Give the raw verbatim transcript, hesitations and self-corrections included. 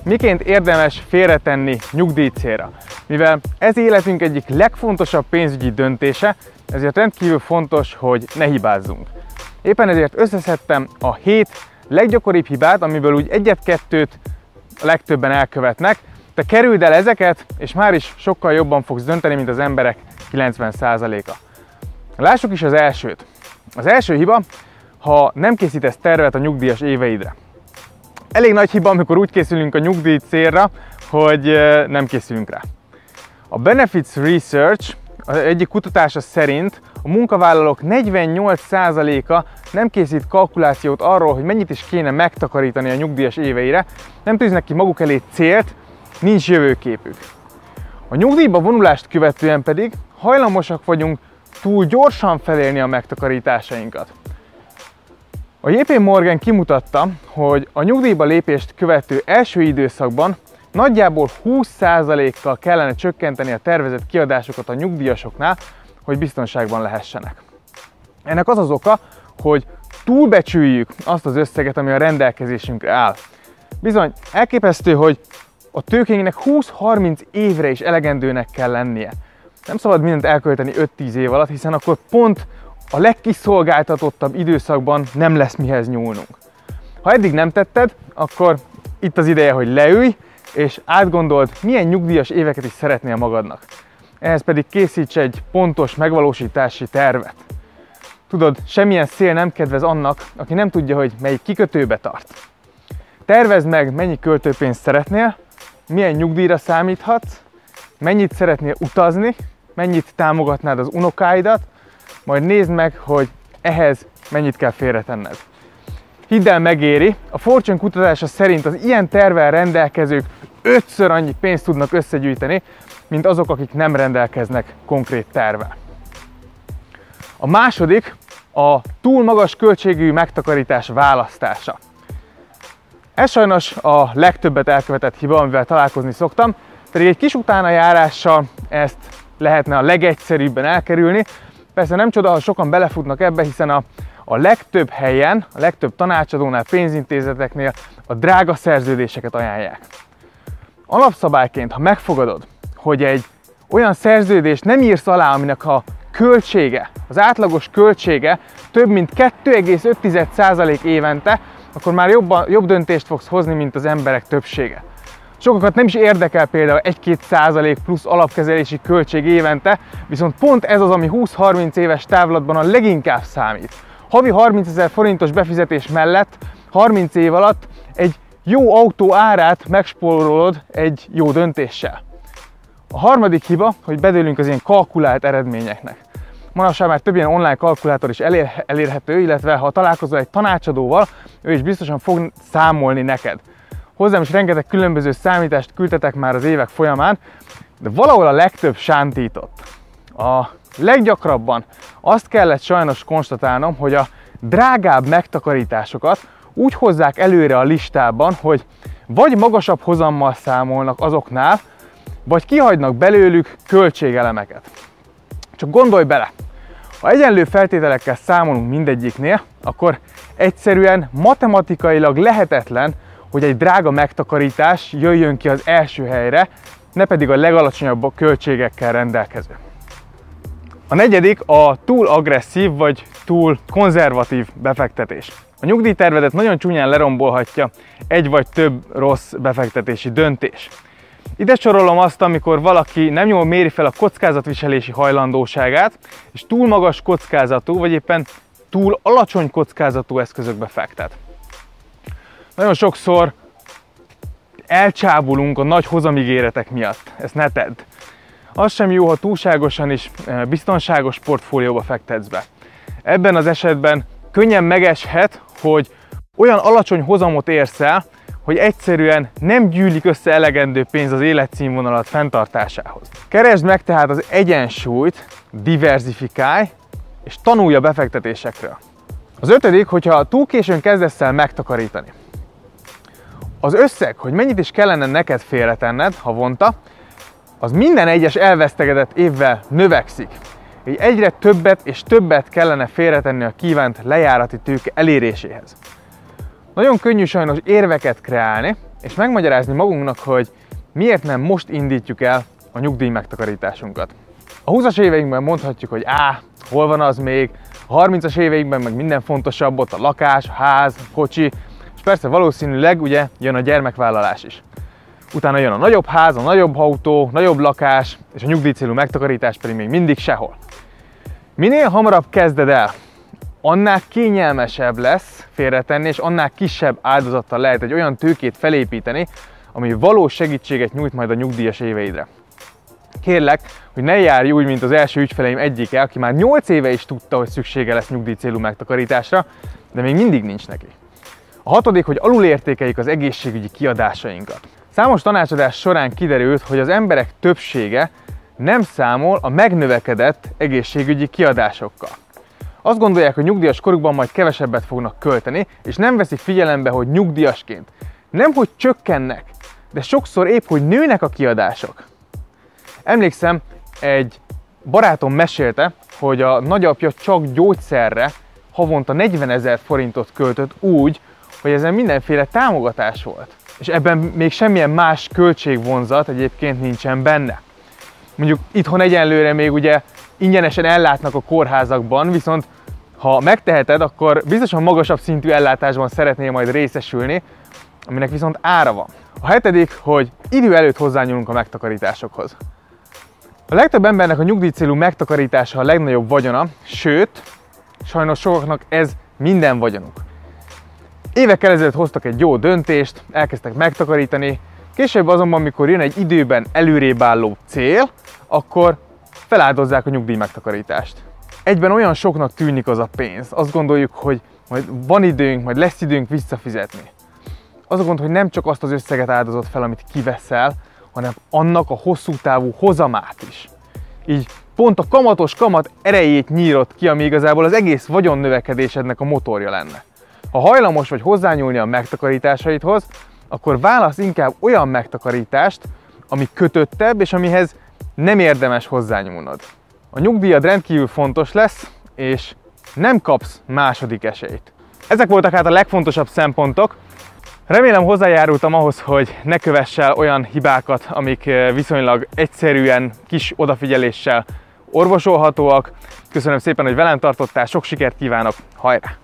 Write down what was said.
miként érdemes félretenni nyugdíjcélra. Mivel ez életünk egyik legfontosabb pénzügyi döntése, ezért rendkívül fontos, hogy ne hibázzunk. Éppen ezért összeszedtem a hét leggyakoribb hibát, amiből úgy egyet-kettőt a legtöbben elkövetnek. Te kerüld el ezeket, és már is sokkal jobban fogsz dönteni, mint az emberek kilencven százaléka. Lássuk is az elsőt. Az első hiba, ha nem készítesz tervet a nyugdíjas éveidre. Elég nagy hiba, amikor úgy készülünk a nyugdíj célra, hogy nem készülünk rá. A Benefits Research az egyik kutatása szerint a munkavállalók negyvennyolc százaléka nem készít kalkulációt arról, hogy mennyit is kéne megtakarítani a nyugdíjas éveire, nem tűznek ki maguk elé célt, nincs jövőképük. A nyugdíjba vonulást követően pedig hajlamosak vagyunk túl gyorsan felélni a megtakarításainkat. A jé pé Morgan kimutatta, hogy a nyugdíjba lépést követő első időszakban nagyjából húsz százalékkal kellene csökkenteni a tervezett kiadásokat a nyugdíjasoknál, hogy biztonságban lehessenek. Ennek az az oka, hogy túlbecsüljük azt az összeget, ami a rendelkezésünkre áll. Bizony, elképesztő, hogy a tőkénknek húsz-harminc évre is elegendőnek kell lennie. Nem szabad mindent elkölteni öt-tíz év alatt, hiszen akkor pont a legkiszolgáltatottabb időszakban nem lesz mihez nyúlnunk. Ha eddig nem tetted, akkor itt az ideje, hogy leülj, és átgondold, milyen nyugdíjas éveket is szeretnél magadnak. Ehhez pedig készíts egy pontos megvalósítási tervet. Tudod, semmilyen szél nem kedvez annak, aki nem tudja, hogy melyik kikötőbe tart. Tervezd meg, mennyi költőpénzt szeretnél, milyen nyugdíjra számíthatsz, mennyit szeretnél utazni, mennyit támogatnád az unokáidat, majd nézd meg, hogy ehhez mennyit kell félretenned. Hidd el, megéri, a Fortune kutatása szerint az ilyen tervvel rendelkezők ötször annyi pénzt tudnak összegyűjteni, mint azok, akik nem rendelkeznek konkrét tervvel. A második a túl magas költségű megtakarítás választása. Ez sajnos a legtöbbet elkövetett hiba, amivel találkozni szoktam, pedig egy kis utánajárással ezt lehetne a legegyszerűbben elkerülni. Persze nem csoda, ha sokan belefutnak ebbe, hiszen a, a legtöbb helyen, a legtöbb tanácsadónál, pénzintézeteknél a drága szerződéseket ajánlják. Alapszabályként, ha megfogadod, hogy egy olyan szerződést nem írsz alá, aminek a költsége, az átlagos költsége több mint kettő egész öt százalék évente, akkor már jobban, jobb döntést fogsz hozni, mint az emberek többsége. Sokakat nem is érdekel például egy-két százalék plusz alapkezelési költség évente, viszont pont ez az, ami húsz-harminc éves távlatban a leginkább számít. Havi harmincezer forintos befizetés mellett harminc év alatt egy jó autó árát megspórolod egy jó döntéssel. A harmadik hiba, hogy bedőlünk az ilyen kalkulált eredményeknek. Manapság már több ilyen online kalkulátor is elér, elérhető, illetve ha találkozol egy tanácsadóval, ő is biztosan fog számolni neked. Hozzám is rengeteg különböző számítást küldtetek már az évek folyamán, de valahol a legtöbb sántított. A leggyakrabban azt kellett sajnos konstatálnom, hogy a drágább megtakarításokat úgy hozzák előre a listában, hogy vagy magasabb hozammal számolnak azoknál, vagy kihagynak belőlük költségelemeket. Csak gondolj bele, ha egyenlő feltételekkel számolunk mindegyiknél, akkor egyszerűen matematikailag lehetetlen, hogy egy drága megtakarítás jöjjön ki az első helyre, ne pedig a legalacsonyabb költségekkel rendelkező. A negyedik a túl agresszív vagy túl konzervatív befektetés. A nyugdíjtervedet nagyon csúnyán lerombolhatja egy vagy több rossz befektetési döntés. Ide sorolom azt, amikor valaki nem jól méri fel a kockázatviselési hajlandóságát, és túl magas kockázatú, vagy éppen túl alacsony kockázatú eszközökbe fektet. Nagyon sokszor elcsábulunk a nagy hozamígéretek miatt, ezt ne tedd. Az sem jó, ha túlságosan is biztonságos portfólióba fektetsz be. Ebben az esetben könnyen megeshet, hogy olyan alacsony hozamot érsz el, hogy egyszerűen nem gyűlik össze elegendő pénz az életszínvonalat fenntartásához. Keresd meg tehát az egyensúlyt, diverzifikálj és tanulj a befektetésekről. Az ötödik, hogyha túl későn kezdesz el megtakarítani. Az összeg, hogy mennyit is kellene neked félretenned havonta, az minden egyes elvesztegedett évvel növekszik. Így egyre többet és többet kellene félretenni a kívánt lejárati tőke eléréséhez. Nagyon könnyű sajnos érveket kreálni, és megmagyarázni magunknak, hogy miért nem most indítjuk el a nyugdíj megtakarításunkat. A húszas éveinkben mondhatjuk, hogy á, hol van az még, a harmincas éveinkben meg minden fontosabb, ott a lakás, a ház, a kocsi, és persze valószínűleg ugye jön a gyermekvállalás is. Utána jön a nagyobb ház, a nagyobb autó, nagyobb lakás, és a nyugdíjcélú megtakarítás pedig még mindig sehol. Minél hamarabb kezded el, annál kényelmesebb lesz félretenni, és annál kisebb áldozattal lehet egy olyan tőkét felépíteni, ami valós segítséget nyújt majd a nyugdíjas éveidre. Kérlek, hogy ne járj úgy, mint az első ügyfeleim egyike, aki már nyolc éve is tudta, hogy szüksége lesz nyugdíjcélú megtakarításra, de még mindig nincs neki. A hatodik, hogy alulértékeljük az egészségügyi kiadásainkat. Számos tanácsadás során kiderült, hogy az emberek többsége nem számol a megnövekedett egészségügyi kiadásokkal. Azt gondolják, hogy nyugdíjas korukban majd kevesebbet fognak költeni, és nem veszik figyelembe, hogy nyugdíjasként nem hogy csökkennek, de sokszor épp, hogy nőnek a kiadások. Emlékszem, egy barátom mesélte, hogy a nagyapja csak gyógyszerre havonta negyvenezer forintot költött úgy, hogy ezen mindenféle támogatás volt. És ebben még semmilyen más költségvonzat egyébként nincsen benne. Mondjuk itthon egyenlőre még ugye ingyenesen ellátnak a kórházakban, viszont ha megteheted, akkor biztosan magasabb szintű ellátásban szeretnél majd részesülni, aminek viszont ára van. A hetedik, hogy idő előtt hozzányúlunk a megtakarításokhoz. A legtöbb embernek a nyugdíjcélú megtakarítása a legnagyobb vagyona, sőt, sajnos sokaknak ez minden vagyonuk. Évekkel ezelőtt hoztak egy jó döntést, elkezdtek megtakarítani, később azonban, amikor jön egy időben előrébb álló cél, akkor feláldozzák a nyugdíj megtakarítást. Egyben olyan soknak tűnik az a pénz, azt gondoljuk, hogy majd van időnk, majd lesz időnk visszafizetni. Az a gond, hogy nem csak azt az összeget áldozott fel, amit kiveszel, hanem annak a hosszú távú hozamát is. Így pont a kamatos kamat erejét nyírod ki, ami igazából az egész vagyon növekedésednek a motorja lenne. Ha hajlamos vagy hozzányúlni a megtakarításaidhoz, akkor válasz inkább olyan megtakarítást, ami kötöttebb, és amihez nem érdemes hozzányúlnod. A nyugdíjad rendkívül fontos lesz, és nem kapsz második esélyt. Ezek voltak hát a legfontosabb szempontok. Remélem hozzájárultam ahhoz, hogy ne kövess el olyan hibákat, amik viszonylag egyszerűen, kis odafigyeléssel orvosolhatóak. Köszönöm szépen, hogy velem tartottál, sok sikert kívánok, hajrá!